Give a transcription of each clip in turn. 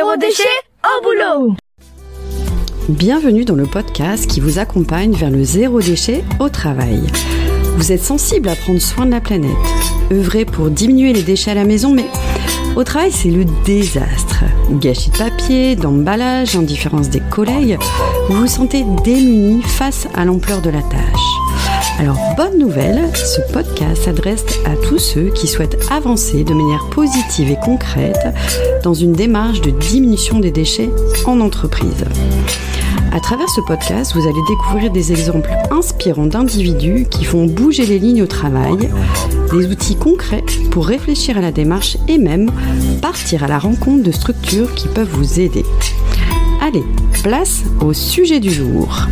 Zéro déchet au boulot. Bienvenue dans le podcast qui vous accompagne vers le zéro déchet au travail. Vous êtes sensible à prendre soin de la planète, œuvrer pour diminuer les déchets à la maison, mais au travail, c'est le désastre. Gâchis de papier, d'emballage, indifférence des collègues, vous vous sentez démuni face à l'ampleur de la tâche. Alors, bonne nouvelle, ce podcast s'adresse à tous ceux qui souhaitent avancer de manière positive et concrète dans une démarche de diminution des déchets en entreprise. À travers ce podcast, vous allez découvrir des exemples inspirants d'individus qui font bouger les lignes au travail, des outils concrets pour réfléchir à la démarche et même partir à la rencontre de structures qui peuvent vous aider. Allez, place au sujet du jour.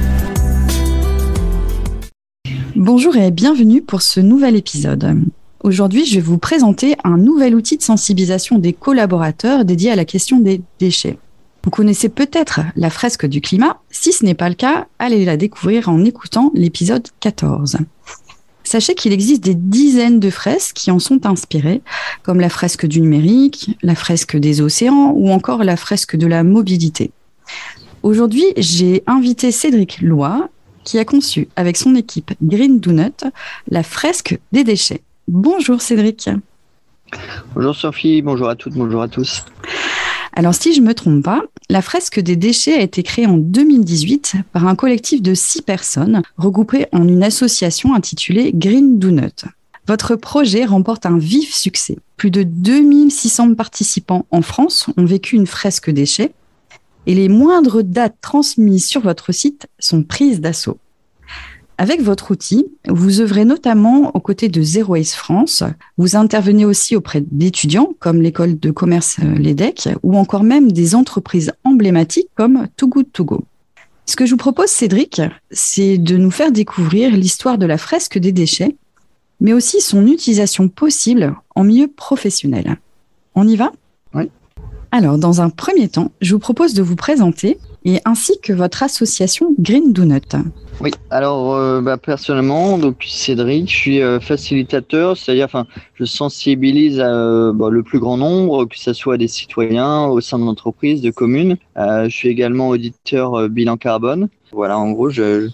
Bonjour et bienvenue pour ce nouvel épisode. Aujourd'hui, je vais vous présenter un nouvel outil de sensibilisation des collaborateurs dédié à la question des déchets. Vous connaissez peut-être la fresque du climat. Si ce n'est pas le cas, allez la découvrir en écoutant l'épisode 14. Sachez qu'il existe des dizaines de fresques qui en sont inspirées, comme la fresque du numérique, la fresque des océans ou encore la fresque de la mobilité. Aujourd'hui, j'ai invité Cédric Loy, qui a conçu avec son équipe Green Donut la fresque des déchets. Bonjour Cédric. Bonjour Sophie, bonjour à toutes, bonjour à tous. Alors si je ne me trompe pas, la fresque des déchets a été créée en 2018 par un collectif de 6 personnes regroupées en une association intitulée Green Donut. Votre projet remporte un vif succès. Plus de 2600 participants en France ont vécu une fresque déchets et les moindres dates transmises sur votre site sont prises d'assaut. Avec votre outil, vous œuvrez notamment aux côtés de Zero Waste France. Vous intervenez aussi auprès d'étudiants comme l'école de commerce l'EDEC ou encore même des entreprises emblématiques comme Too Good To Go. Ce que je vous propose, Cédric, c'est de nous faire découvrir l'histoire de la fresque des déchets, mais aussi son utilisation possible en milieu professionnel. On y va ? Oui. Alors, dans un premier temps, je vous propose de vous présenter et ainsi que votre association Green Donut. Oui, alors personnellement, donc Cédric, je suis facilitateur, c'est-à-dire je sensibilise le plus grand nombre, que ce soit des citoyens au sein de l'entreprise, de communes. Je suis également auditeur bilan carbone. Voilà, en gros,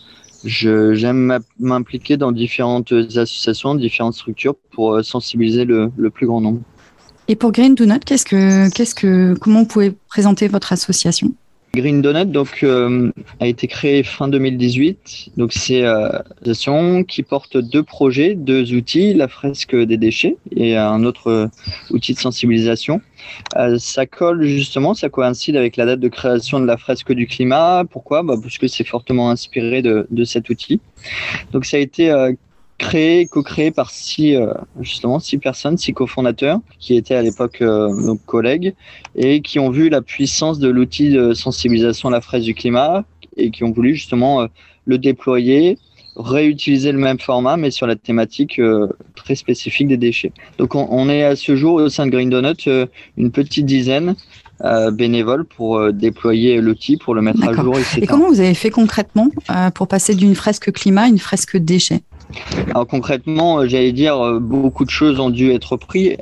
j'aime m'impliquer dans différentes associations, différentes structures pour sensibiliser le plus grand nombre. Et pour Green Donut, comment vous pouvez présenter votre association ? Green Donut a été créé fin 2018. Donc c'est une association qui porte 2 projets, 2 outils, la fresque des déchets et un autre outil de sensibilisation. Ça coïncide avec la date de création de la fresque du climat. Pourquoi ? Parce que c'est fortement inspiré de cet outil. Donc ça a été co-créé par 6 personnes, 6 cofondateurs qui étaient à l'époque collègues et qui ont vu la puissance de l'outil de sensibilisation à la fresque du climat et qui ont voulu justement le déployer, réutiliser le même format mais sur la thématique très spécifique des déchets. Donc on est à ce jour au sein de Green Donut une petite dizaine bénévoles pour déployer l'outil, pour le mettre à jour, etc. Et comment vous avez fait concrètement pour passer d'une fresque climat à une fresque déchets ? Alors concrètement, j'allais dire beaucoup de choses ont dû être prises.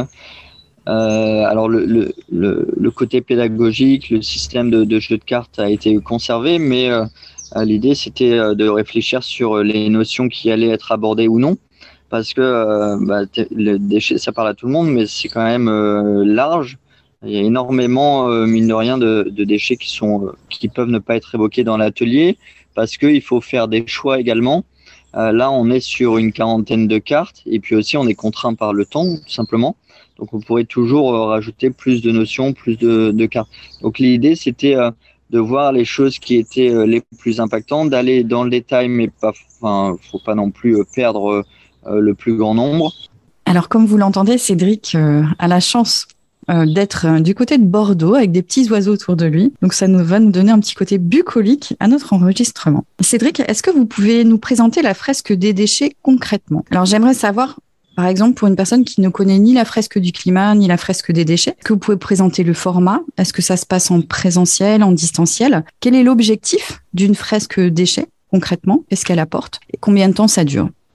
Alors le côté pédagogique, le système de jeu de cartes a été conservé, mais l'idée c'était de réfléchir sur les notions qui allaient être abordées ou non, parce que le déchet ça parle à tout le monde, mais c'est quand même large. Il y a énormément, mine de rien, de déchets qui peuvent ne pas être évoqués dans l'atelier, parce qu'il faut faire des choix également. Là, on est sur une 40aine de cartes et puis aussi on est contraint par le temps, tout simplement. Donc, on pourrait toujours rajouter plus de notions, plus de cartes. Donc, l'idée, c'était de voir les choses qui étaient les plus impactantes, d'aller dans le détail, mais faut pas non plus perdre le plus grand nombre. Alors, comme vous l'entendez, Cédric a la chance d'être du côté de Bordeaux avec des petits oiseaux autour de lui. Donc ça va nous donner un petit côté bucolique à notre enregistrement. Cédric, est-ce que vous pouvez nous présenter la fresque des déchets concrètement ? Alors j'aimerais savoir, par exemple, pour une personne qui ne connaît ni la fresque du climat, ni la fresque des déchets, est-ce que vous pouvez présenter le format ? Est-ce que ça se passe en présentiel, en distanciel ? Quel est l'objectif d'une fresque déchets concrètement ? Qu'est-ce qu'elle apporte ? Et combien de temps ça dure ?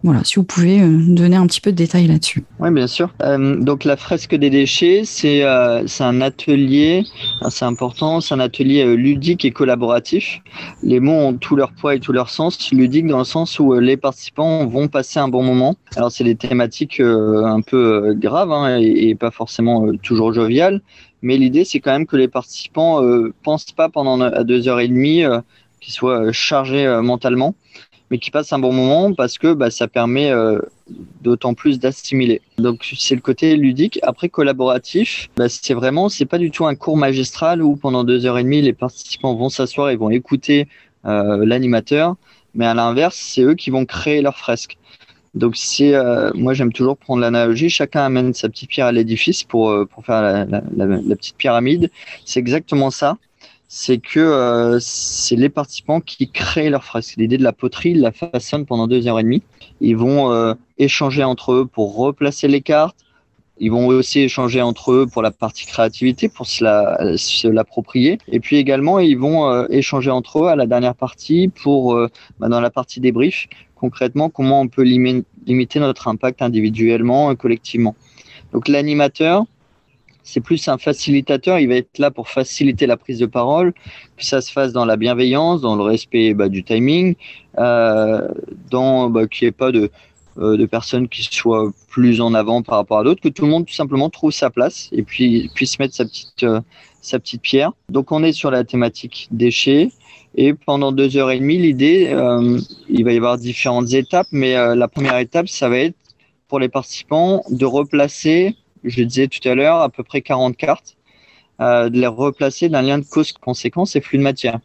Voilà, si vous pouvez donner un petit peu de détails là-dessus. Oui, bien sûr. Donc la fresque des déchets, c'est un atelier, c'est important, c'est un atelier ludique et collaboratif. Les mots ont tout leur poids et tout leur sens. Ludique dans le sens où les participants vont passer un bon moment. Alors c'est des thématiques un peu graves et pas forcément toujours joviales, mais l'idée c'est quand même que les participants pensent pas pendant à 2h30 qu'ils soient chargés mentalement, mais qui passent un bon moment parce que ça permet d'autant plus d'assimiler. Donc c'est le côté ludique. Après collaboratif, c'est pas du tout un cours magistral où pendant 2h30 les participants vont s'asseoir et vont écouter l'animateur, mais à l'inverse c'est eux qui vont créer leur fresque. Donc moi j'aime toujours prendre l'analogie, chacun amène sa petite pierre à l'édifice pour faire la petite pyramide. C'est exactement ça. C'est que c'est les participants qui créent leur fresque. L'idée de la poterie, ils la façonnent pendant 2h30. Ils vont échanger entre eux pour replacer les cartes. Ils vont aussi échanger entre eux pour la partie créativité, pour se l'approprier. Et puis également, ils vont échanger entre eux à la dernière partie pour, dans la partie débrief, concrètement, comment on peut limiter notre impact individuellement et collectivement. Donc l'animateur, c'est plus un facilitateur, il va être là pour faciliter la prise de parole, que ça se fasse dans la bienveillance, dans le respect du timing, qu'il n'y ait pas de personnes qui soient plus en avant par rapport à d'autres, que tout le monde tout simplement trouve sa place et puis puisse mettre sa petite pierre. Donc on est sur la thématique déchets et pendant 2h30, l'idée, il va y avoir différentes étapes, mais la première étape, ça va être pour les participants de replacer, je le disais tout à l'heure, à peu près 40 cartes, de les replacer d'un lien de cause-conséquence et flux de matière.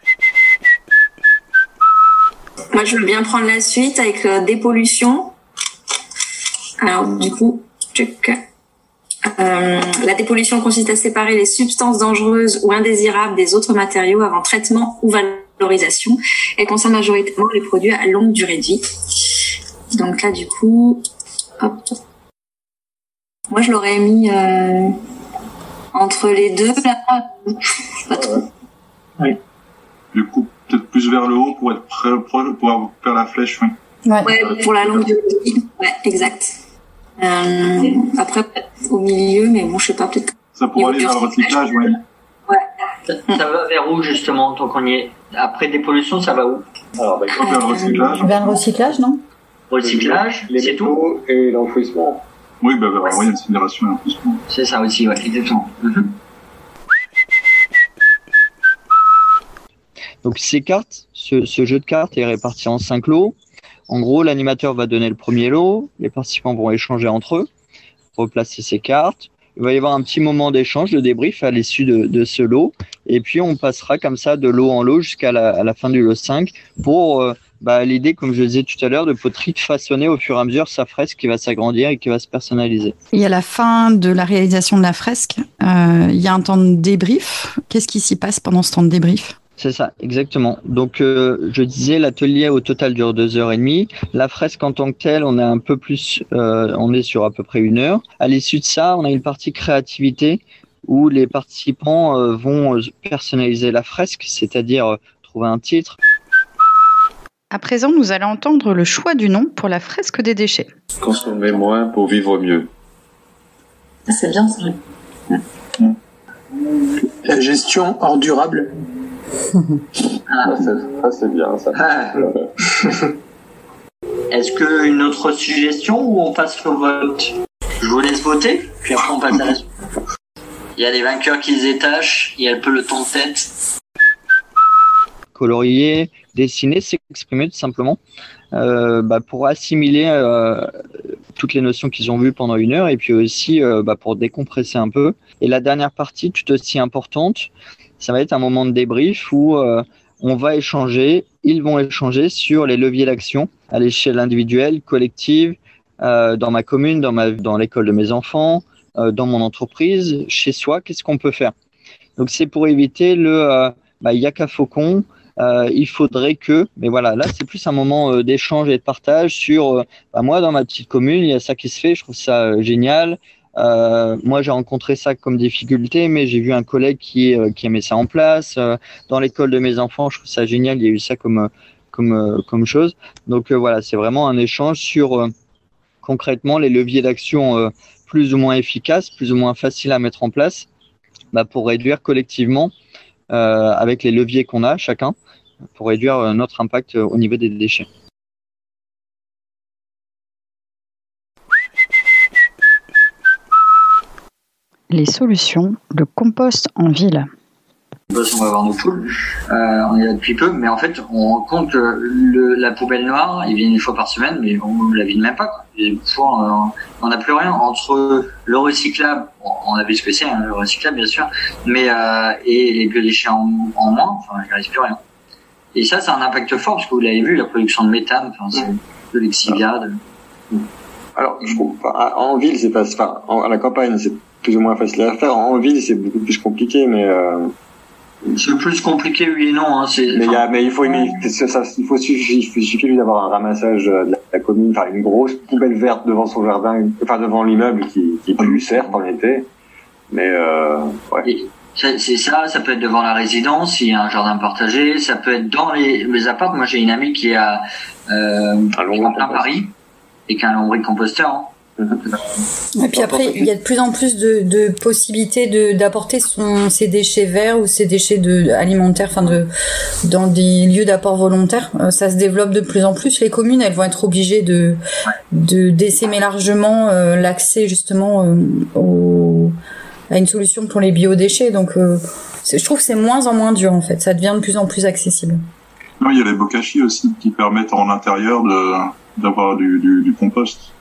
Moi, je veux bien prendre la suite avec dépollution. Alors, du coup, la dépollution consiste à séparer les substances dangereuses ou indésirables des autres matériaux avant traitement ou valorisation et concerne majoritairement les produits à longue durée de vie. Donc là, du coup, hop. Moi, je l'aurais mis entre les deux, là. Pas trop. Oui. Du coup, peut-être plus vers le haut pour être prêt, pour pouvoir faire la flèche, oui. Ouais, pour la longue durée de vie. Ouais, exact. Après, au milieu, mais bon, je sais pas, peut-être. Ça pourrait aller vers le recyclage, oui. Ouais. Ça va vers où, justement, tant qu'on y est? Après dépollution, ça va où? Alors, vers le recyclage. Vers le recyclage, non? Recyclage, c'est tout? Et l'enfouissement. Oui, vers la moyenne incinération et l'enfouissement. C'est ça aussi, ouais, exactement. Donc ces cartes, ce jeu de cartes est réparti en 5 lots. En gros, l'animateur va donner le premier lot, les participants vont échanger entre eux, replacer ces cartes. Il va y avoir un petit moment d'échange, de débrief à l'issue de ce lot. Et puis on passera comme ça de lot en lot jusqu'à la fin du lot 5 pour l'idée, comme je le disais tout à l'heure, de poterie de façonner au fur et à mesure sa fresque qui va s'agrandir et qui va se personnaliser. Et à la fin de la réalisation de la fresque, il y a un temps de débrief. Qu'est-ce qui s'y passe pendant ce temps de débrief ? C'est ça, exactement. Donc, je disais, l'atelier au total dure 2h30. La fresque en tant que telle, on est un peu plus, on est sur à peu près 1 heure. À l'issue de ça, on a une partie créativité où les participants vont personnaliser la fresque, c'est-à-dire trouver un titre. À présent, nous allons entendre le choix du nom pour la fresque des déchets. Consommer moins pour vivre mieux. C'est bien ça. La gestion hors durable. Ça c'est bien ça. Est-ce qu'une autre suggestion ou on passe au vote? Je vous laisse voter, puis après on passe à la suite. Il y a les vainqueurs qui se détachent, il y a un peu le temps de tête. Colorier, dessiner, s'exprimer tout simplement pour assimiler toutes les notions qu'ils ont vues pendant 1 heure et puis aussi pour décompresser un peu. Et la dernière partie, tout aussi importante, ça va être un moment de débrief où on va échanger, ils vont échanger sur les leviers d'action à l'échelle individuelle, collective, dans ma commune, dans l'école de mes enfants, dans mon entreprise, chez soi, qu'est-ce qu'on peut faire? Donc c'est pour éviter le yaka faucon, il faudrait que, mais voilà, là c'est plus un moment d'échange et de partage sur, moi dans ma petite commune, il y a ça qui se fait, je trouve ça génial. Moi j'ai rencontré ça comme difficulté, mais j'ai vu un collègue qui a mis ça en place. Dans l'école de mes enfants, je trouve ça génial, il y a eu ça comme comme chose. Donc voilà, c'est vraiment un échange sur concrètement les leviers d'action plus ou moins efficaces, plus ou moins faciles à mettre en place pour réduire collectivement avec les leviers qu'on a chacun, pour réduire notre impact au niveau des déchets. Les solutions, le compost en ville. On va voir nos poules, on est là depuis peu, mais en fait on rend compte que la poubelle noire, il vient une fois par semaine, mais on la vide même pas, quoi. Et des fois, on n'a plus rien entre le recyclable, on a vu ce que c'est, hein, le recyclable bien sûr, mais et les biodéchets en moins, enfin il reste plus rien. Et ça a un impact fort, parce que vous l'avez vu, la production de méthane, c'est de l'exivia. Alors, je trouve, en ville, c'est pas, à la campagne, c'est plus ou moins facile à faire. En ville, c'est beaucoup plus compliqué, mais c'est plus compliqué, oui et non. Hein, il suffit d'avoir un ramassage de la commune, une grosse poubelle verte devant son jardin, devant l'immeuble qui pue certes en été, mais ouais. C'est ça peut être devant la résidence, il y a un jardin partagé, ça peut être dans les apparts. Moi, j'ai une amie qui a plein Paris et qui a un lombric-composteur. Hein. Et puis après, il y a de plus en plus de possibilités d'apporter ses déchets verts ou ses déchets alimentaires, dans des lieux d'apport volontaire. Ça se développe de plus en plus. Les communes, elles vont être obligées d'essaimer largement l'accès justement à une solution pour les biodéchets. Donc, je trouve que c'est moins en moins dur en fait. Ça devient de plus en plus accessible. Non, il y a les bokashi aussi qui permettent en intérieur d'avoir du compost.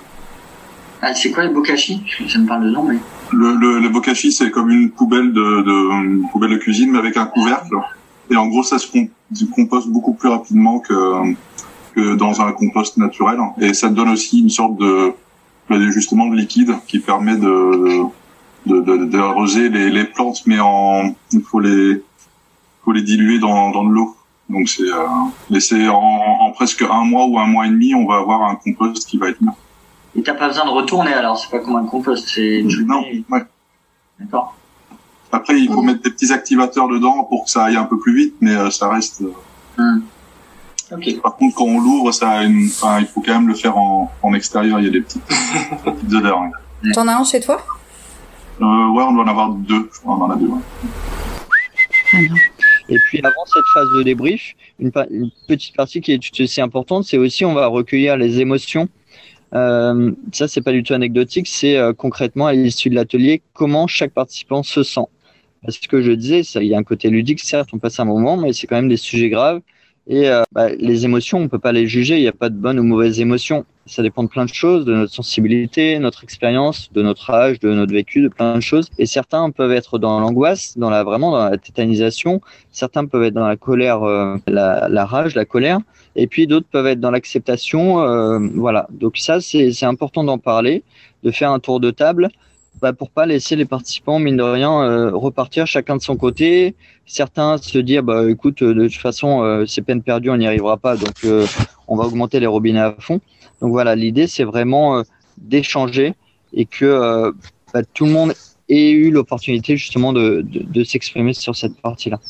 Ah, c'est quoi les bokashi? Ça me parle de nom, mais. Le bokashi, c'est comme une poubelle de cuisine, mais avec un couvercle. Et en gros, ça se composte beaucoup plus rapidement que dans un compost naturel. Et ça donne aussi une sorte de justement de liquide qui permet d'arroser les plantes, mais il faut les diluer dans de l'eau. Donc c'est en presque un mois ou un mois et demi, on va avoir un compost qui va être bien. Et t'as pas besoin de retourner alors, c'est pas comme un compost, c'est... Non, ouais. D'accord. Après, il faut mettre des petits activateurs dedans pour que ça aille un peu plus vite, mais ça reste... Okay. Par contre, quand on l'ouvre, il faut quand même le faire en extérieur, il y a des petites odeurs. Ouais. T'en as un chez toi? Ouais, on doit en avoir 2, je crois, on en a 2. Ouais. Très bien. Et puis avant cette phase de débrief, une petite partie qui est tout aussi importante, c'est aussi on va recueillir les émotions. Ça, c'est pas du tout anecdotique, c'est concrètement à l'issue de l'atelier comment chaque participant se sent. Parce que je disais, il y a un côté ludique, certes, on passe un moment, mais c'est quand même des sujets graves. Et les émotions, on peut pas les juger, il n'y a pas de bonnes ou mauvaises émotions. Ça dépend de plein de choses, de notre sensibilité, notre expérience, de notre âge, de notre vécu, de plein de choses. Et certains peuvent être dans l'angoisse, vraiment dans la tétanisation. Certains peuvent être dans la colère, la rage, la colère. Et puis d'autres peuvent être dans l'acceptation. Voilà. Donc ça, c'est important d'en parler, de faire un tour de table. Pour pas laisser les participants, mine de rien, repartir chacun de son côté. Certains se dire, écoute, de toute façon, c'est peine perdue, on n'y arrivera pas, donc on va augmenter les robinets à fond. Donc voilà, l'idée, c'est vraiment d'échanger et que tout le monde ait eu l'opportunité justement de s'exprimer sur cette partie-là.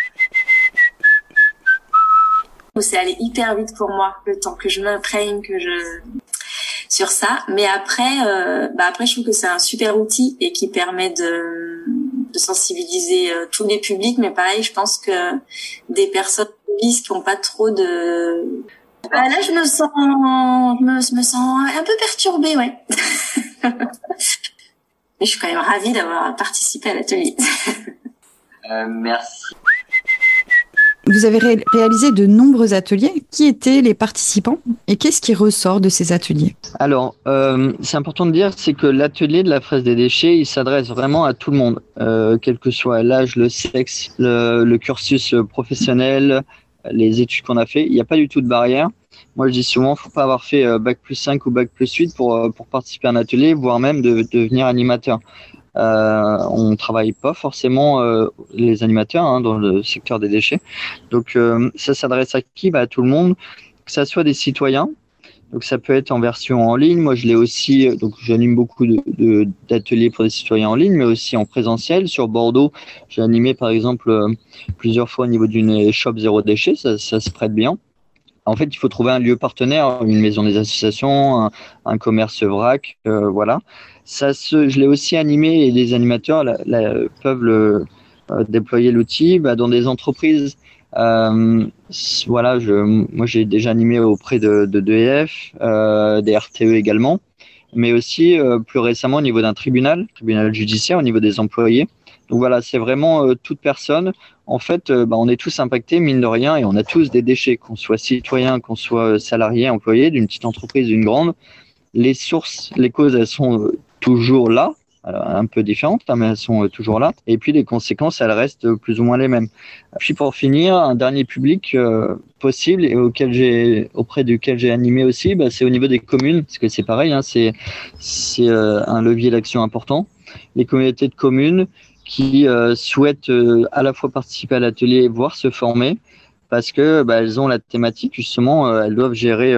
C'est allé hyper vite pour moi, le temps que je m'imprègne, sur ça, mais après je trouve que c'est un super outil et qui permet de sensibiliser tous les publics, mais pareil, je pense que des personnes qui n'ont pas trop de... là, je me sens un peu perturbée, ouais. Mais je suis quand même ravie d'avoir participé à l'atelier. Merci. Vous avez réalisé de nombreux ateliers. Qui étaient les participants et qu'est-ce qui ressort de ces ateliers? Alors, c'est important de dire, c'est que l'atelier de la fraise des déchets, il s'adresse vraiment à tout le monde, quel que soit l'âge, le sexe, le cursus professionnel, les études qu'on a fait. Il n'y a pas du tout de barrière. Moi, je dis souvent, faut pas avoir fait Bac+5 ou Bac+8 pour participer à un atelier, voire même de devenir animateur. On travaille pas forcément les animateurs dans le secteur des déchets. Donc ça s'adresse à qui? À tout le monde, que ça soit des citoyens. Donc ça peut être en version en ligne. Moi je l'ai aussi, donc j'anime beaucoup d'ateliers pour des citoyens en ligne, mais aussi en présentiel. Sur Bordeaux, j'ai animé par exemple plusieurs fois au niveau d'une shop zéro déchet, ça se prête bien. En fait, il faut trouver un lieu partenaire, une maison des associations, un commerce vrac, voilà. Je l'ai aussi animé et les animateurs peuvent déployer l'outil dans des entreprises. Voilà, moi j'ai déjà animé auprès de d'EDF, des RTE également, mais aussi plus récemment au niveau d'un tribunal judiciaire, au niveau des employés. Donc voilà, c'est vraiment toute personne. En fait, on est tous impactés, mine de rien, et on a tous des déchets, qu'on soit citoyen, qu'on soit salarié, employé, d'une petite entreprise, d'une grande. Les sources, les causes, elles sont toujours là, un peu différentes, mais elles sont toujours là. Et puis les conséquences, elles restent plus ou moins les mêmes. Puis pour finir, un dernier public possible et auprès duquel j'ai animé aussi, c'est au niveau des communes, parce que c'est pareil, hein, c'est un levier d'action important. Les communautés de communes qui souhaitent à la fois participer à l'atelier, voire se former, parce que elles ont la thématique, justement, elles doivent gérer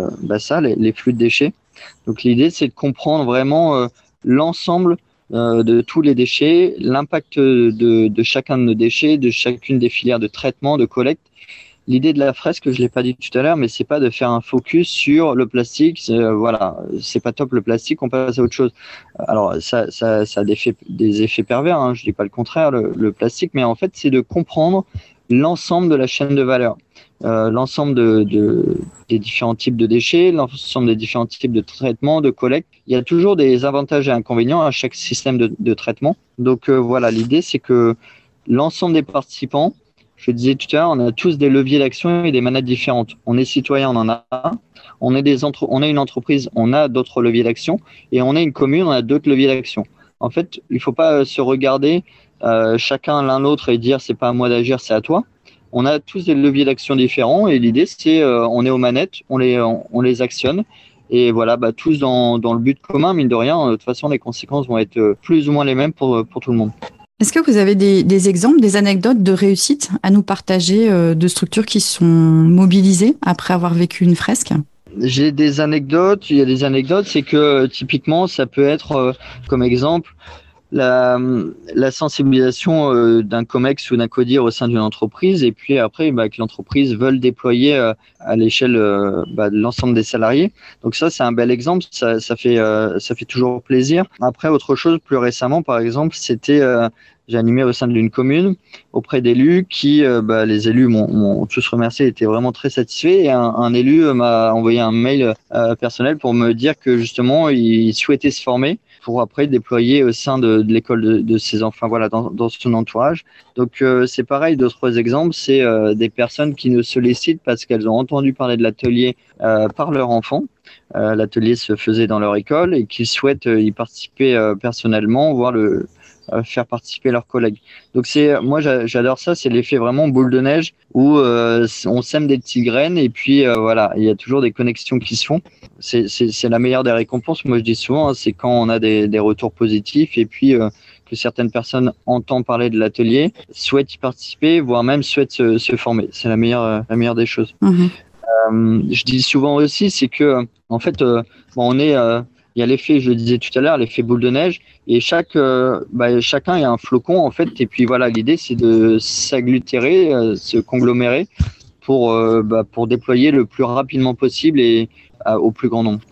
les flux de déchets. Donc l'idée, c'est de comprendre vraiment l'ensemble de tous les déchets, l'impact de chacun de nos déchets, de chacune des filières de traitement, de collecte. L'idée de la fresque, je l'ai pas dit tout à l'heure, mais c'est pas de faire un focus sur le plastique. Voilà, c'est pas top le plastique, on passe à autre chose. Alors ça a des effets pervers, hein, je dis pas le contraire, le plastique, mais en fait c'est de comprendre l'ensemble de la chaîne de valeur, l'ensemble des différents types de déchets, l'ensemble des différents types de traitements, de collecte. Il y a toujours des avantages et inconvénients à chaque système de traitement. Donc voilà, l'idée c'est que l'ensemble des participants, je le disais tout à l'heure, on a tous des leviers d'action et des manettes différentes. On est citoyen, on en a un. On est une entreprise, on a d'autres leviers d'action. Et on est une commune, on a d'autres leviers d'action. En fait, il ne faut pas se regarder chacun l'un l'autre et dire c'est pas à moi d'agir, c'est à toi. On a tous des leviers d'action différents et l'idée c'est on est aux manettes, on les actionne. Et voilà, tous dans le but commun, mine de rien, de toute façon les conséquences vont être plus ou moins les mêmes pour tout le monde. Est-ce que vous avez des exemples, des anecdotes de réussite à nous partager de structures qui sont mobilisées après avoir vécu une fresque ? J'ai des anecdotes. Il y a des anecdotes, c'est que typiquement, ça peut être comme exemple la sensibilisation d'un COMEX ou d'un CODIR au sein d'une entreprise, et puis après que l'entreprise veuille déployer à l'échelle de l'ensemble des salariés. Donc ça, c'est un bel exemple. Ça fait toujours plaisir. Après, autre chose, plus récemment, par exemple, c'était j'ai animé au sein d'une commune auprès d'élus qui, les élus m'ont tous remercié, étaient vraiment très satisfaits. Et un élu m'a envoyé un mail personnel pour me dire que justement, il souhaitait se former pour après déployer au sein de l'école de ses enfants, voilà, dans son entourage. Donc c'est pareil, d'autres exemples, c'est des personnes qui nous sollicitent parce qu'elles ont entendu parler de l'atelier par leur enfant. L'atelier se faisait dans leur école et qu'ils souhaitent y participer personnellement, voire faire participer leurs collègues. Donc moi j'adore ça, c'est l'effet vraiment boule de neige où on sème des petites graines et puis voilà, il y a toujours des connexions qui se font. C'est la meilleure des récompenses. Moi je dis souvent, c'est quand on a des retours positifs et puis que certaines personnes entendent parler de l'atelier, souhaitent y participer, voire même souhaitent se former. C'est la meilleure des choses. Mmh. Je dis souvent aussi, c'est que en fait, il y a l'effet, je le disais tout à l'heure, l'effet boule de neige, et chacun il y a un flocon en fait, et puis voilà, l'idée c'est de s'agglutérer, se conglomérer pour déployer le plus rapidement possible et au plus grand nombre.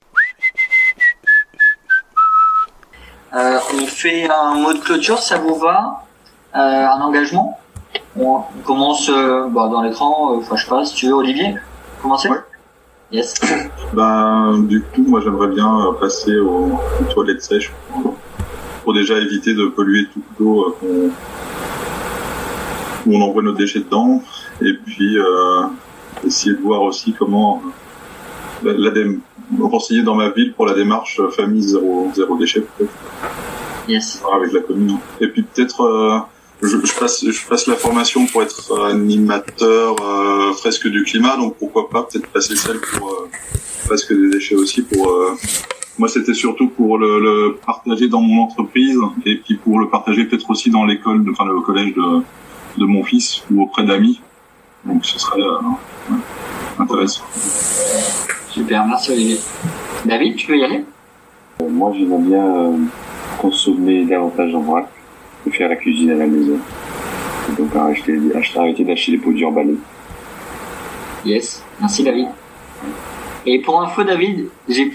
On fait un mot de clôture, ça vous va? Un engagement? On commence dans l'écran, je sais pas, si tu veux, Olivier, commencer? Ouais. Yes. Du coup, moi j'aimerais bien passer aux toilettes sèches pour déjà éviter de polluer toute l'eau où on envoie nos déchets dedans, et puis essayer de voir aussi comment renseigner dans ma ville pour la démarche famille zéro déchet peut-être. Yes. Avec la commune. Et puis peut-être je passe la formation pour être animateur fresque du climat, donc pourquoi pas peut-être passer celle pour fresque des déchets aussi. Moi c'était surtout pour le partager dans mon entreprise et puis pour le partager peut-être aussi dans l'école, le collège de mon fils ou auprès d'amis. Donc ce serait intéressant. Super, merci Olivier. David, tu veux y aller? Moi j'aimerais bien consommer davantage en vrac et faire la cuisine à la maison. Et donc arrêter d'acheter des produits emballés. Yes, merci David. Et pour info David, j'ai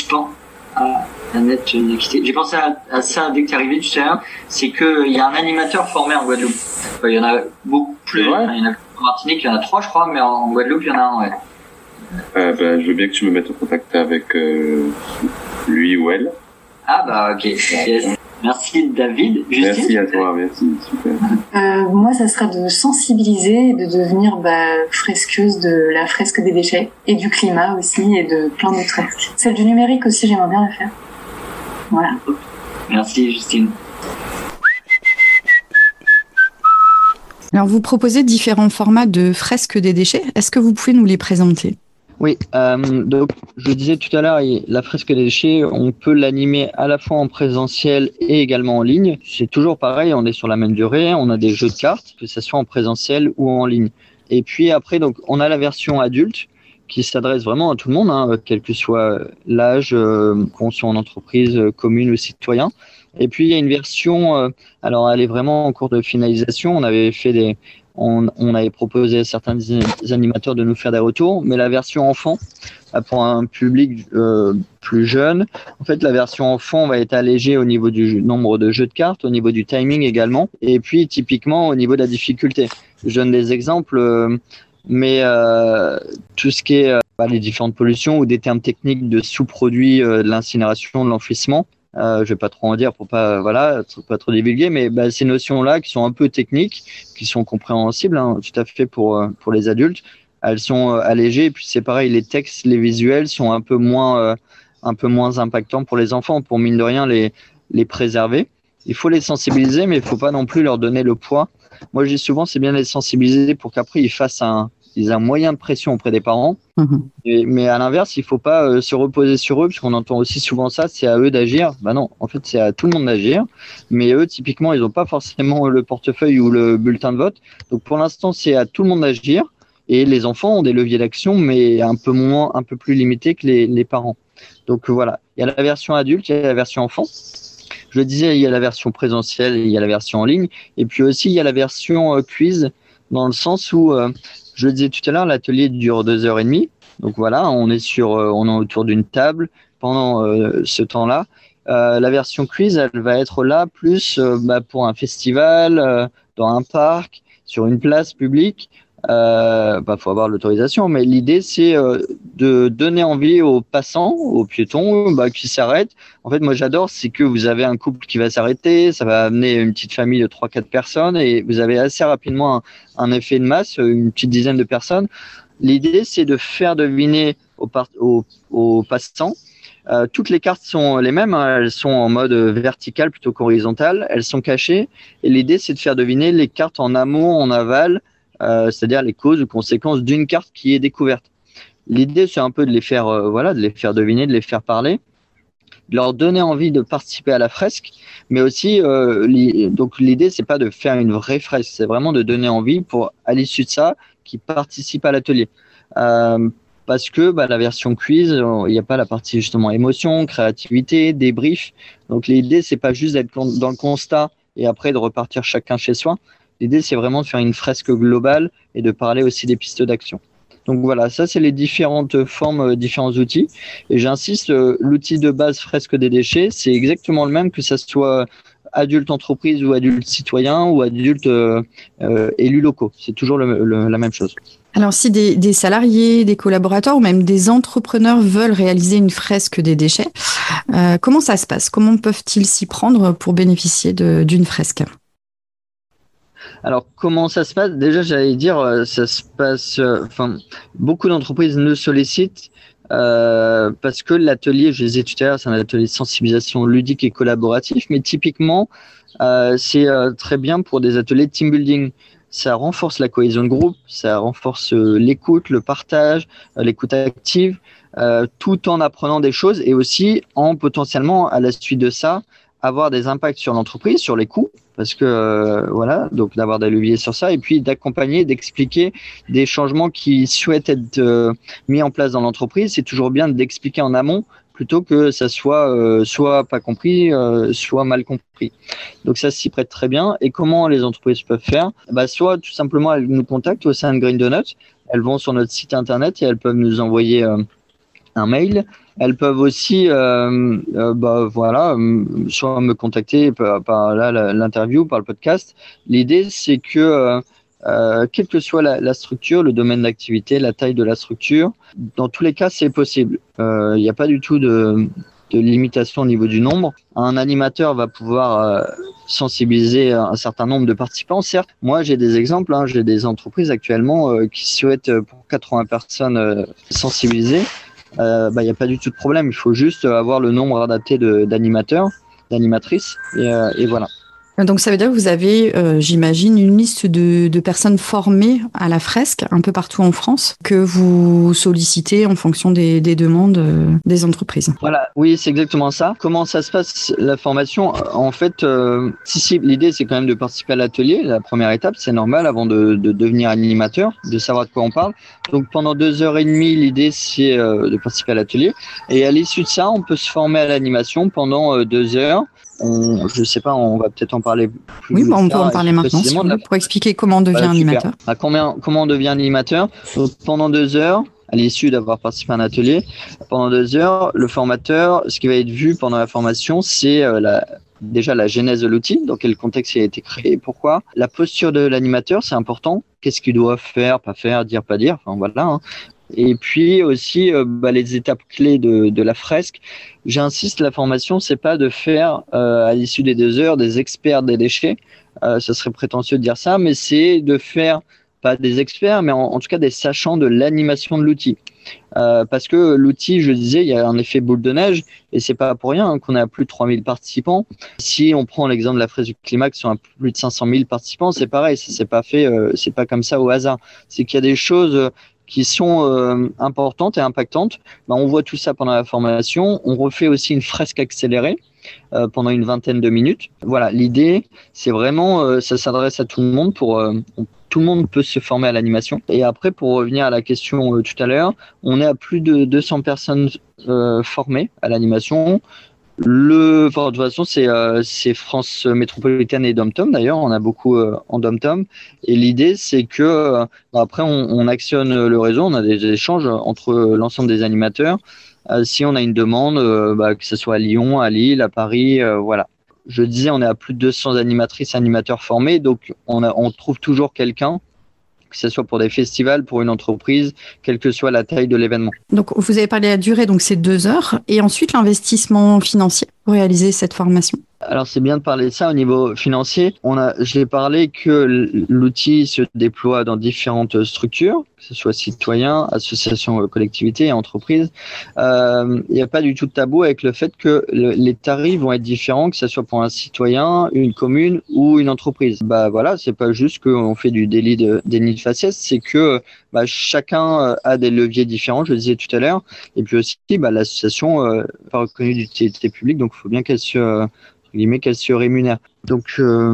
pensé à ça dès que t'es arrivé tout à l'heure, c'est qu'il y a un animateur formé en Guadeloupe. Il y en a beaucoup plus, il y en a en Martinique, il y en a 3 je crois, mais en Guadeloupe il y en a un, ouais. Je veux bien que tu me mettes en contact avec lui ou elle. Ah bah ok, yes. Merci David. Justine, merci à toi, merci, super. Moi, ça sera de sensibiliser et de devenir fresqueuse de la fresque des déchets et du climat aussi et de plein d'autres fresques. Celle du numérique aussi, j'aimerais bien la faire. Voilà. Merci Justine. Alors, vous proposez différents formats de fresques des déchets. Est-ce que vous pouvez nous les présenter ? Oui, donc je disais tout à l'heure, la fresque des déchets, on peut l'animer à la fois en présentiel et également en ligne. C'est toujours pareil, on est sur la même durée, on a des jeux de cartes, que ce soit en présentiel ou en ligne. Et puis après, donc on a la version adulte qui s'adresse vraiment à tout le monde, hein, quel que soit l'âge, qu'on soit en entreprise, commune ou citoyen. Et puis il y a une version, alors elle est vraiment en cours de finalisation. On avait fait on avait proposé à certains animateurs de nous faire des retours, mais la version enfant, pour un public plus jeune, en fait, la version enfant va être allégée au niveau du nombre de jeux de cartes, au niveau du timing également, et puis typiquement au niveau de la difficulté. Je donne des exemples, mais tout ce qui est les différentes pollutions ou des termes techniques de sous-produits de l'incinération, de l'enfouissement, je vais pas trop en dire pour pas trop divulguer, mais ces notions-là qui sont un peu techniques, qui sont compréhensibles, hein, tout à fait pour les adultes, elles sont allégées. Et puis c'est pareil, les textes, les visuels sont un peu moins impactants pour les enfants, pour mine de rien les préserver. Il faut les sensibiliser, mais il faut pas non plus leur donner le poids. Moi je dis souvent, c'est bien de les sensibiliser pour qu'après ils aient un moyen de pression auprès des parents. Mais à l'inverse, il ne faut pas se reposer sur eux, parce qu'on entend aussi souvent ça, c'est à eux d'agir. Non, en fait, c'est à tout le monde d'agir. Mais eux, typiquement, ils n'ont pas forcément le portefeuille ou le bulletin de vote. Donc, pour l'instant, c'est à tout le monde d'agir. Et les enfants ont des leviers d'action, mais un peu plus limités que les parents. Donc, voilà. Il y a la version adulte, il y a la version enfant. Je le disais, il y a la version présentielle, il y a la version en ligne. Et puis aussi, il y a la version quiz, dans le sens où... je le disais tout à l'heure, l'atelier dure 2h30. Donc voilà, on est autour d'une table pendant ce temps-là. La version quiz, elle va être là plus pour un festival, dans un parc, sur une place publique. Faut avoir l'autorisation, mais l'idée c'est de donner envie aux passants, aux piétons qui s'arrêtent. En fait, moi j'adore, c'est que vous avez un couple qui va s'arrêter, ça va amener une petite famille de 3-4 personnes et vous avez assez rapidement un effet de masse, une petite dizaine de personnes. L'idée c'est de faire deviner aux passants. Toutes les cartes sont les mêmes, hein, elles sont en mode vertical plutôt qu'horizontal, elles sont cachées et l'idée c'est de faire deviner les cartes en amont, en aval, c'est-à-dire les causes ou conséquences d'une carte qui est découverte. L'idée, c'est un peu de les faire, de les faire deviner, de les faire parler, de leur donner envie de participer à la fresque, mais aussi, donc l'idée, c'est pas de faire une vraie fresque, c'est vraiment de donner envie pour, à l'issue de ça, qu'ils participent à l'atelier. Parce que la version quiz, il n'y a pas la partie justement émotion, créativité, débrief. Donc l'idée, c'est pas juste d'être dans le constat et après de repartir chacun chez soi. L'idée, c'est vraiment de faire une fresque globale et de parler aussi des pistes d'action. Donc voilà, ça, c'est les différentes formes, différents outils. Et j'insiste, l'outil de base fresque des déchets, c'est exactement le même que ça soit adulte entreprise ou adulte citoyen ou adulte élus locaux. C'est toujours la même chose. Alors, si des salariés, des collaborateurs ou même des entrepreneurs veulent réaliser une fresque des déchets, comment ça se passe ? Comment peuvent-ils s'y prendre pour bénéficier d'une fresque ? Alors, comment ça se passe ? Déjà, j'allais dire, ça se passe. Beaucoup d'entreprises nous sollicitent parce que l'atelier, je le disais tout à l'heure, c'est un atelier de sensibilisation ludique et collaboratif, mais typiquement, c'est très bien pour des ateliers de team building. Ça renforce la cohésion de groupe, ça renforce l'écoute, le partage, l'écoute active, tout en apprenant des choses et aussi en potentiellement, à la suite de ça, avoir des impacts sur l'entreprise, sur les coûts, parce que donc d'avoir des leviers sur ça, et puis d'accompagner, d'expliquer des changements qui souhaitent être mis en place dans l'entreprise. C'est toujours bien d'expliquer en amont plutôt que ça soit soit pas compris, soit mal compris. Donc ça s'y prête très bien. Et comment les entreprises peuvent faire? Soit tout simplement elles nous contactent au sein de Green Donut, elles vont sur notre site internet et elles peuvent nous envoyer un mail. Elles peuvent aussi soit me contacter par l'interview, par le podcast. L'idée c'est que quelle que soit la structure, le domaine d'activité, la taille de la structure, dans tous les cas, c'est possible. Il n'y a pas du tout de limitation au niveau du nombre. Un animateur va pouvoir sensibiliser un certain nombre de participants. Certes, moi, j'ai des exemples. J'ai des entreprises actuellement qui souhaitent pour 80 personnes sensibiliser. Il n'y a pas du tout de problème. Il faut juste avoir le nombre adapté d'animateurs, d'animatrices, et voilà. Donc ça veut dire que vous avez, j'imagine, une liste de personnes formées à la fresque un peu partout en France que vous sollicitez en fonction des demandes des entreprises. Voilà, oui, c'est exactement ça. Comment ça se passe la formation? En fait, l'idée c'est quand même de participer à l'atelier. La première étape, c'est normal avant de devenir animateur, de savoir de quoi on parle. Donc pendant 2h30, l'idée c'est de participer à l'atelier. Et à l'issue de ça, on peut se former à l'animation pendant 2 heures. Je sais pas, on va peut-être en parler plus. Oui, on peut en parler maintenant pour expliquer comment on devient animateur. Comment on devient animateur? Donc, pendant 2 heures, à l'issue d'avoir participé à un atelier, pendant 2 heures, le formateur, ce qui va être vu pendant la formation, c'est déjà la genèse de l'outil, dans quel contexte il a été créé, pourquoi. La posture de l'animateur, c'est important. Qu'est-ce qu'il doit faire, pas faire, dire, pas dire. Enfin voilà. Et puis aussi les étapes clés de la fresque. J'insiste, la formation, c'est pas de faire à l'issue des 2 heures des experts des déchets. Ça serait prétentieux de dire ça, mais c'est de faire pas des experts, mais en tout cas des sachants de l'animation de l'outil. Parce que l'outil, je disais, il y a un effet boule de neige et c'est pas pour rien qu'on a plus de 3000 participants. Si on prend l'exemple de la fresque du climat qui sont à plus de 500 000 participants, c'est pareil, c'est pas fait, c'est pas comme ça au hasard. C'est qu'il y a des choses qui sont importantes et impactantes. On voit tout ça pendant la formation. On refait aussi une fresque accélérée pendant une vingtaine de minutes. Voilà, l'idée, c'est vraiment, ça s'adresse à tout le monde tout le monde peut se former à l'animation. Et après, pour revenir à la question tout à l'heure, on est à plus de 200 personnes formées à l'animation. De toute façon, c'est France métropolitaine et Dom-Tom d'ailleurs. On a beaucoup en Dom-Tom. Et l'idée, c'est que après, on actionne le réseau. On a des échanges entre l'ensemble des animateurs. Si on a une demande, que ce soit à Lyon, à Lille, à Paris, voilà. Je disais, on est à plus de 200 animatrices, animateurs formés. Donc, on trouve toujours quelqu'un, que ce soit pour des festivals, pour une entreprise, quelle que soit la taille de l'événement. Donc, vous avez parlé de la durée, donc c'est 2 heures. Et ensuite, l'investissement financier pour réaliser cette formation. Alors, c'est bien de parler de ça au niveau financier. J'ai parlé que l'outil se déploie dans différentes structures, que ce soit citoyens, associations, collectivités et entreprises. Il n'y a pas du tout de tabou avec le fait que les tarifs vont être différents, que ce soit pour un citoyen, une commune ou une entreprise. Voilà, c'est pas juste qu'on fait du déni de faciès, c'est que chacun a des leviers différents, je le disais tout à l'heure. Et puis aussi, l'association n'est pas reconnue d'utilité publique, donc il faut bien qu'elle se rémunère. Donc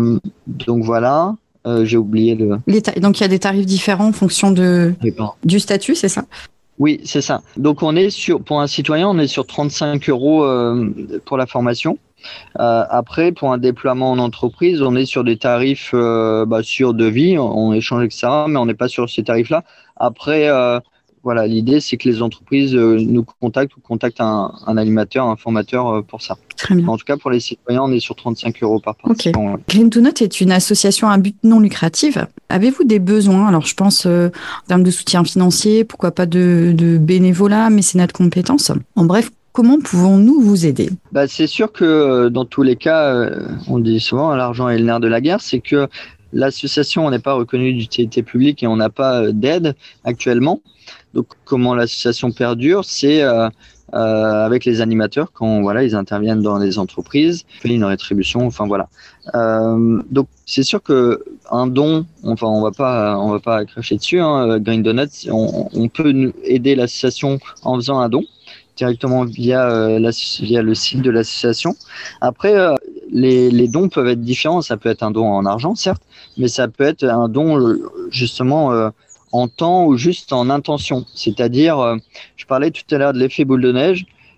voilà, j'ai oublié Donc il y a des tarifs différents en fonction du statut, c'est ça? Oui, c'est ça. Donc pour un citoyen, on est sur 35 € pour la formation. Après, pour un déploiement en entreprise, on est sur des tarifs sur devis, on échange, etc. Mais on n'est pas sur ces tarifs-là. Après, voilà, l'idée, c'est que les entreprises nous contactent ou contactent un animateur, un formateur pour ça. Très bien. En tout cas, pour les citoyens, on est sur 35 € par participant. Okay. Green Donut est une association à but non lucratif. Avez-vous des besoins? Alors, je pense en termes de soutien financier, pourquoi pas de bénévolat, mécénat de compétences. En bref, comment pouvons-nous vous aider? C'est sûr que dans tous les cas, on dit souvent l'argent est le nerf de la guerre, c'est que l'association n'est pas reconnue d'utilité publique et on n'a pas d'aide actuellement. Donc, comment l'association perdure, c'est avec les animateurs quand ils interviennent dans les entreprises, fait une rétribution, enfin voilà. Donc, c'est sûr que un don, enfin on va pas cracher dessus. Green Donut, on peut aider l'association en faisant un don directement via le site de l'association. Après, les dons peuvent être différents. Ça peut être un don en argent, certes, mais ça peut être un don justement en temps ou juste en intention. C'est-à-dire, je parlais tout à l'heure de l'effet boule de neige.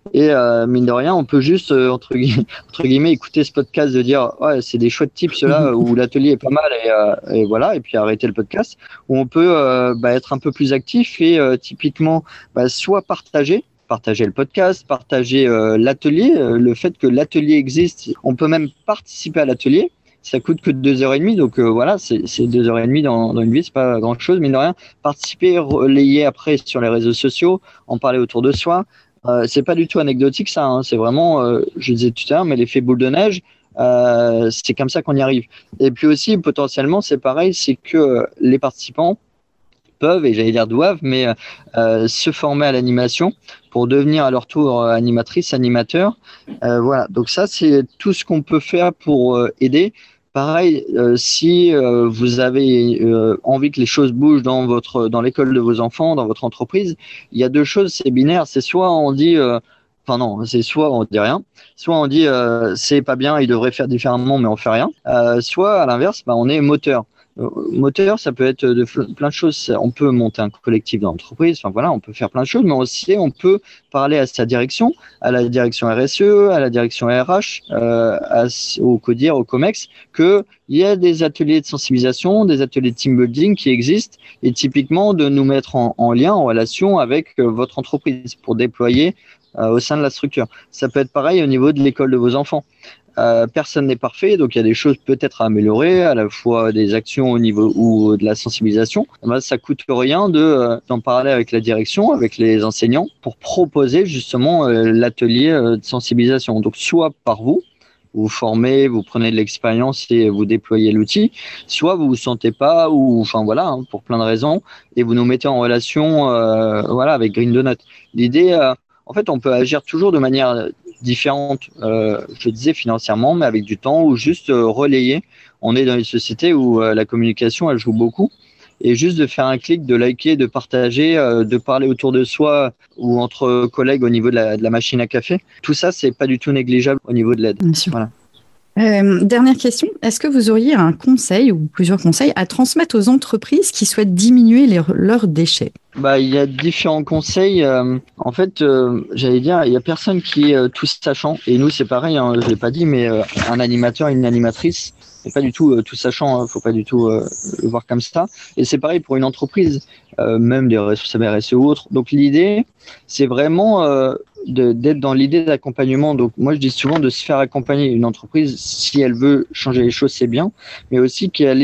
Et mine de rien, on peut juste entre guillemets écouter ce podcast, de dire ouais, c'est des chouettes tips là où l'atelier est pas mal et voilà, et puis arrêter le podcast. Où on peut être un peu plus actif et typiquement soit partager le podcast, partager l'atelier, le fait que l'atelier existe. On peut même participer à l'atelier. Ça coûte que 2h30, donc voilà, c'est 2h30 dans une vie, c'est pas grand chose, mine de rien. Participer, relayer après sur les réseaux sociaux, en parler autour de soi. C'est pas du tout anecdotique ça, hein, c'est vraiment, je disais tout à l'heure, mais l'effet boule de neige, c'est comme ça qu'on y arrive. Et puis aussi, potentiellement, c'est pareil, c'est que les participants peuvent, et j'allais dire doivent, mais se former à l'animation pour devenir à leur tour animatrice, animateur. Voilà, donc ça, c'est tout ce qu'on peut faire pour aider. Pareil, si vous avez envie que les choses bougent dans l'école de vos enfants, dans votre entreprise, il y a deux choses, c'est binaire. C'est soit on dit, c'est soit on dit rien, soit on dit c'est pas bien, il devrait faire différemment, mais on fait rien. Soit à l'inverse, on est moteur. Moteur, ça peut être de plein de choses. On peut monter un collectif dans l'entreprise. Enfin voilà, on peut faire plein de choses, mais aussi on peut parler à sa direction, à la direction RSE, à la direction RH, au CODIR, au COMEX, qu'il y a des ateliers de sensibilisation, des ateliers de team building qui existent, et typiquement de nous mettre en lien, en relation avec votre entreprise pour déployer au sein de la structure. Ça peut être pareil au niveau de l'école de vos enfants. Personne n'est parfait, donc il y a des choses peut-être à améliorer, à la fois des actions au niveau ou de la sensibilisation. Ça coûte rien d'en parler avec la direction, avec les enseignants, pour proposer justement l'atelier de sensibilisation. Donc soit par vous formez, vous prenez de l'expérience et vous déployez l'outil, soit vous vous sentez pas, ou pour plein de raisons, et vous nous mettez en relation avec Green Donut. L'idée, en fait, on peut agir toujours de manière différentes, je disais financièrement, mais avec du temps, ou juste relayer. On est dans une société où la communication, elle joue beaucoup, et juste de faire un clic, de liker, de partager, de parler autour de soi ou entre collègues au niveau de la machine à café, tout ça, c'est pas du tout négligeable au niveau de l'aide. Bien sûr. Voilà. Dernière question, est-ce que vous auriez un conseil ou plusieurs conseils à transmettre aux entreprises qui souhaitent diminuer leurs déchets ? Il y a différents conseils. En fait, j'allais dire, il y a personne qui est tout sachant. Et nous, c'est pareil, hein, je l'ai pas dit, mais un animateur, une animatrice, c'est pas du tout tout sachant. Faut pas du tout le voir comme ça. Et c'est pareil pour une entreprise, même des responsables RSE ou autres. Donc l'idée, c'est vraiment d'être dans l'idée d'accompagnement. Donc moi, je dis souvent de se faire accompagner. Une entreprise, si elle veut changer les choses, c'est bien, mais aussi qu'elle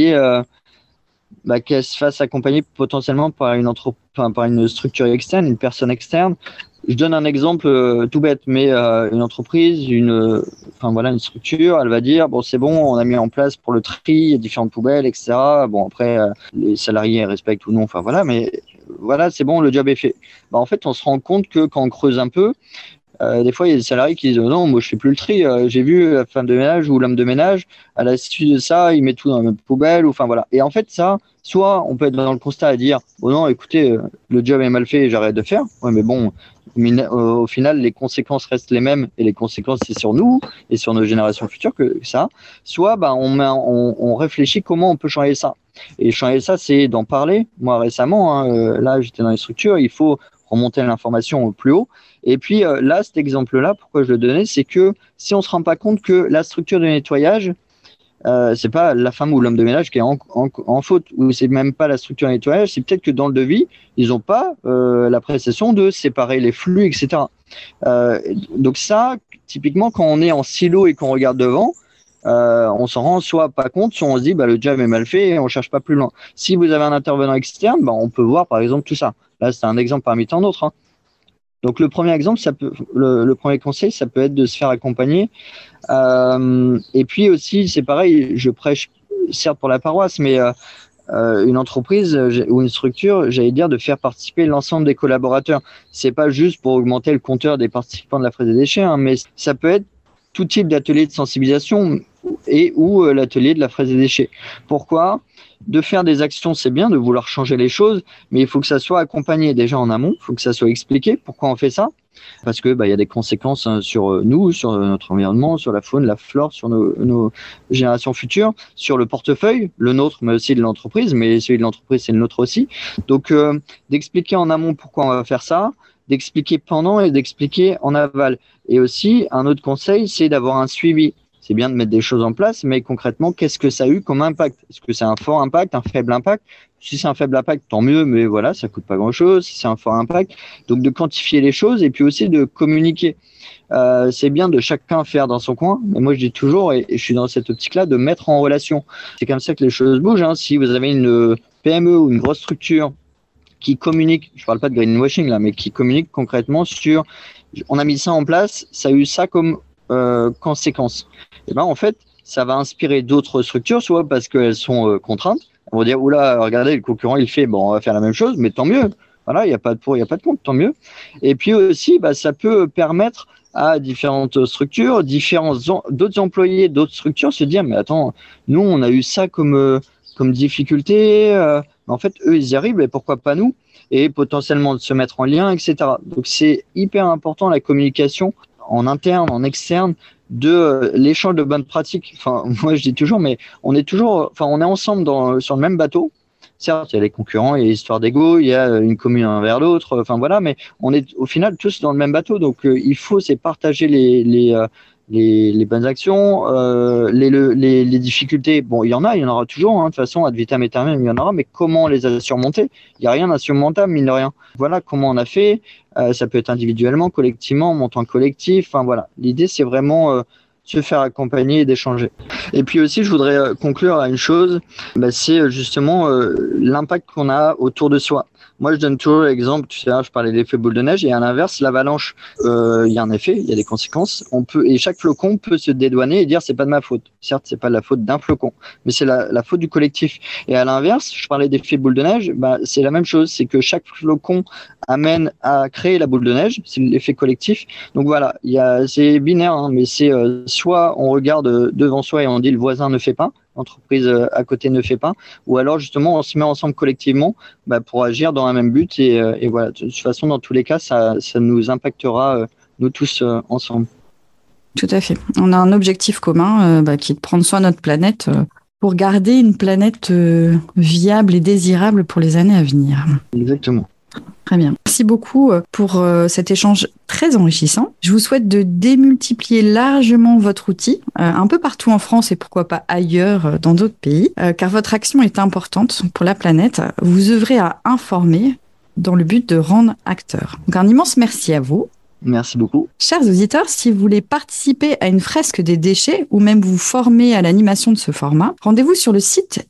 se fasse accompagner potentiellement par par une structure externe, une personne externe. Je donne un exemple tout bête, mais une entreprise, une structure, elle va dire c'est bon, on a mis en place pour le tri, il y a différentes poubelles, etc. Bon, après les salariés respectent ou non, mais voilà, c'est bon, le job est fait. En fait, on se rend compte que quand on creuse un peu, des fois, il y a des salariés qui disent non, moi je fais plus le tri. J'ai vu la femme de ménage ou l'homme de ménage, à la suite de ça, il met tout dans la même poubelle. Et en fait, ça, soit on peut être dans le constat à dire non, écoutez, le job est mal fait, j'arrête de faire. Ouais, mais bon, au final, les conséquences restent les mêmes, et les conséquences c'est sur nous et sur nos générations futures que ça. Soit on réfléchit comment on peut changer ça. Et changer ça, c'est d'en parler. Moi récemment, là, j'étais dans les structures, il faut remonter l'information au plus haut. Et puis là, cet exemple-là, pourquoi je le donnais, c'est que si on se rend pas compte que la structure de nettoyage, c'est pas la femme ou l'homme de ménage qui est en faute, ou c'est même pas la structure de nettoyage, c'est peut-être que dans le devis, ils n'ont pas la prestation de séparer les flux, etc. Donc ça, typiquement, quand on est en silo et qu'on regarde devant, on s'en rend soit pas compte, soit on se dit le job est mal fait et on cherche pas plus loin. Si vous avez un intervenant externe, on peut voir par exemple tout ça. Là, c'est un exemple parmi tant d'autres. Donc le premier exemple, le premier conseil, ça peut être de se faire accompagner. Et puis aussi, c'est pareil, je prêche certes pour la paroisse, mais une entreprise ou une structure, j'allais dire, de faire participer l'ensemble des collaborateurs. C'est pas juste pour augmenter le compteur des participants de la fraise des déchets, mais ça peut être tout type d'atelier de sensibilisation ou l'atelier de la fraise des déchets. Pourquoi ? De faire des actions, c'est bien, de vouloir changer les choses, mais il faut que ça soit accompagné déjà en amont, il faut que ça soit expliqué pourquoi on fait ça, parce que y a des conséquences sur nous, sur notre environnement, sur la faune, la flore, sur nos générations futures, sur le portefeuille, le nôtre, mais aussi de l'entreprise, mais celui de l'entreprise, c'est le nôtre aussi. Donc, d'expliquer en amont pourquoi on va faire ça, d'expliquer pendant et d'expliquer en aval. Et aussi, un autre conseil, c'est d'avoir un suivi. C'est bien de mettre des choses en place, mais concrètement, qu'est-ce que ça a eu comme impact? Est-ce que c'est un fort impact, un faible impact? Si c'est un faible impact, tant mieux, mais voilà, ça coûte pas grand-chose. Si c'est un fort impact, donc de quantifier les choses et puis aussi de communiquer. C'est bien de chacun faire dans son coin, mais moi je dis toujours, et je suis dans cette optique-là, de mettre en relation. C'est comme ça que les choses bougent, hein. Si vous avez une PME ou une grosse structure qui communique, je parle pas de greenwashing là, mais qui communique concrètement sur, on a mis ça en place, ça a eu ça comme conséquence. Et ben en fait, ça va inspirer d'autres structures, soit parce qu'elles sont contraintes. On va dire, oula, regardez, le concurrent il fait, bon, on va faire la même chose, mais tant mieux. Voilà, il n'y a pas de pour, il n'y a pas de contre, tant mieux. Et puis aussi, ça peut permettre à différentes structures, d'autres employés, d'autres structures se dire, mais attends, nous on a eu ça comme difficulté, en fait eux ils y arrivent, et pourquoi pas nous? Et potentiellement de se mettre en lien, etc. Donc c'est hyper important la communication en interne, en externe, de l'échange de bonnes pratiques. Enfin, moi je dis toujours, mais on est ensemble sur le même bateau. Certes, il y a les concurrents, il y a l'histoire d'ego, il y a une commune envers l'autre, enfin voilà, mais on est au final tous dans le même bateau. Donc il faut partager les bonnes actions, les difficultés. Bon, il y en aura toujours, hein, de toute façon, ad vitam aeternam, il y en aura, mais comment on les a surmontés? Il n'y a rien d'insurmontable, mine de rien. Voilà comment on a fait. Ça peut être individuellement, collectivement, en montant collectif. Enfin voilà, l'idée c'est vraiment se faire accompagner et d'échanger. Et puis aussi, je voudrais conclure à une chose, c'est justement l'impact qu'on a autour de soi. Moi, je donne toujours l'exemple, tu sais, je parlais de l'effet boule de neige, et à l'inverse, l'avalanche, il y a un effet, il y a des conséquences. Et chaque flocon peut se dédouaner et dire c'est pas de ma faute. Certes, c'est pas la faute d'un flocon, mais c'est la faute du collectif. Et à l'inverse, je parlais d'effet boule de neige, c'est la même chose, c'est que chaque flocon amène à créer la boule de neige, c'est l'effet collectif. Donc voilà, c'est binaire, hein, mais c'est soit on regarde devant soi et on dit le voisin ne fait pas, l'entreprise à côté ne fait pas, ou alors justement on se met ensemble collectivement pour agir dans un même but et voilà. De toute façon, dans tous les cas, ça nous impactera nous tous ensemble. Tout à fait. On a un objectif commun qui est de prendre soin de notre planète pour garder une planète viable et désirable pour les années à venir. Exactement. Très bien. Merci beaucoup pour cet échange très enrichissant. Je vous souhaite de démultiplier largement votre outil, un peu partout en France et pourquoi pas ailleurs dans d'autres pays, car votre action est importante pour la planète. Vous œuvrez à informer dans le but de rendre acteur. Donc un immense merci à vous. Merci beaucoup. Chers auditeurs, si vous voulez participer à une fresque des déchets ou même vous former à l'animation de ce format, rendez-vous sur le site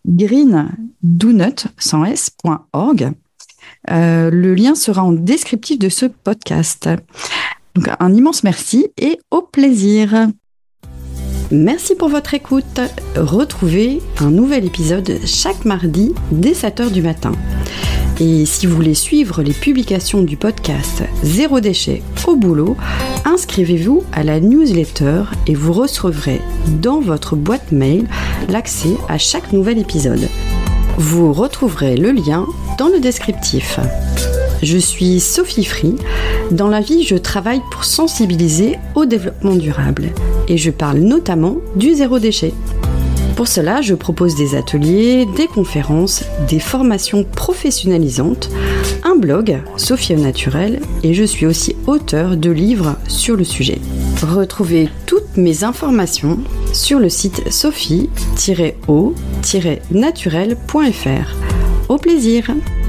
greendonut.org. Le lien sera en descriptif de ce podcast. Donc un immense merci et au plaisir. Merci pour votre écoute. Retrouvez un nouvel épisode chaque mardi dès 7h du matin. Et si vous voulez suivre les publications du podcast Zéro déchet au boulot, inscrivez-vous à la newsletter et vous recevrez dans votre boîte mail l'accès à chaque nouvel épisode. Vous retrouverez le lien dans le descriptif. Je suis Sophie Free. Dans la vie, je travaille pour sensibiliser au développement durable et je parle notamment du zéro déchet. Pour cela, je propose des ateliers, des conférences, des formations professionnalisantes, un blog, Sophie au naturel, et je suis aussi auteure de livres sur le sujet. Retrouvez toutes mes informations sur le site sophie-o-naturel.fr. Au plaisir!